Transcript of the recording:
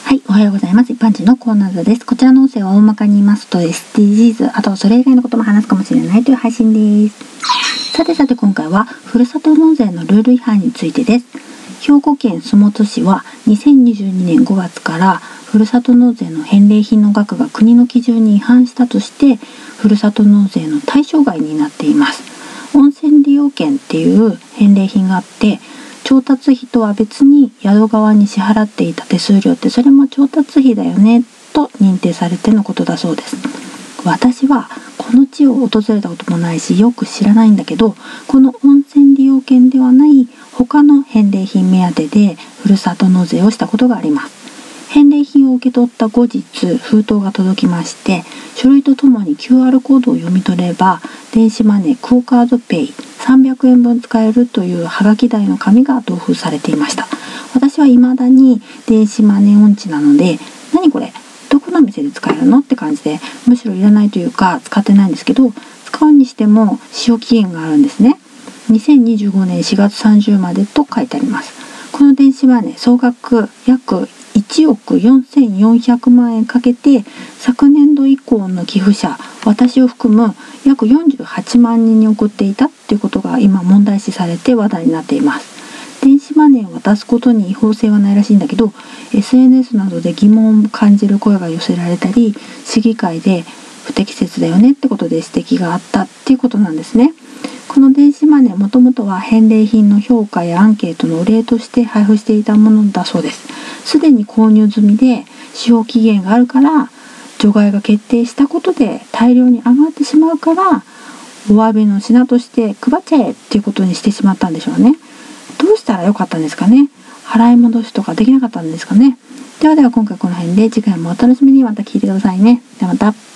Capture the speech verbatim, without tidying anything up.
はい、おはようございます。一般人のコーナーです。こちらの音声は大まかに言いますと エスディージーズ、あとそれ以外のことも話すかもしれないという配信です。さてさて今回はふるさと納税のルール違反についてです。兵庫県洲本市はにせんにじゅうにねんごがつからふるさと納税の返礼品の額が国の基準に違反したとしてふるさと納税の対象外になっています。温泉利用券っていう返礼品があって、調達費とは別に宿側に支払っていた手数料ってそれも調達費だよねと認定されてのことだそうです。私はこの地を訪れたこともないしよく知らないんだけど、この温泉利用券ではない他の返礼品目当てでふるさと納税をしたことがあります。返礼品を受け取った後日封筒が届きまして、書類とともに キューアール コードを読み取れば電子マネークオカードペイさんびゃくえんぶん使えるというはがき台の紙が同封されていました。私は未だに電子マネー音痴なので、何これどこの店で使えるのって感じで、むしろいらないというか使ってないんですけど、使うにしても使用期限があるんですね。にせんにじゅうごねんしがつさんじゅうまでと書いてあります。この電子マネー総額約いちおくよんせんよんひゃくまんえんかけて昨年度以降の寄付者、私を含む約よんじゅうはちまんにんに送っていたっていうことが今問題視されて話題になっています。電子マネーを渡すことに違法性はないらしいんだけど、 エスエヌエス などで疑問を感じる声が寄せられたり、市議会で不適切だよねってことで指摘があったっていうことなんですね。この電子マネーもともとは返礼品の評価やアンケートのお礼として配布していたものだそうです。すでに購入済みで使用期限があるから除外が決定したことで大量に余ってしまうから、お詫びの品として配っちゃえっていうことにしてしまったんでしょうね。どうしたらよかったんですかね。払い戻しとかできなかったんですかね。ではでは今回この辺で、次回もお楽しみに。また聞いてくださいね。ではまた。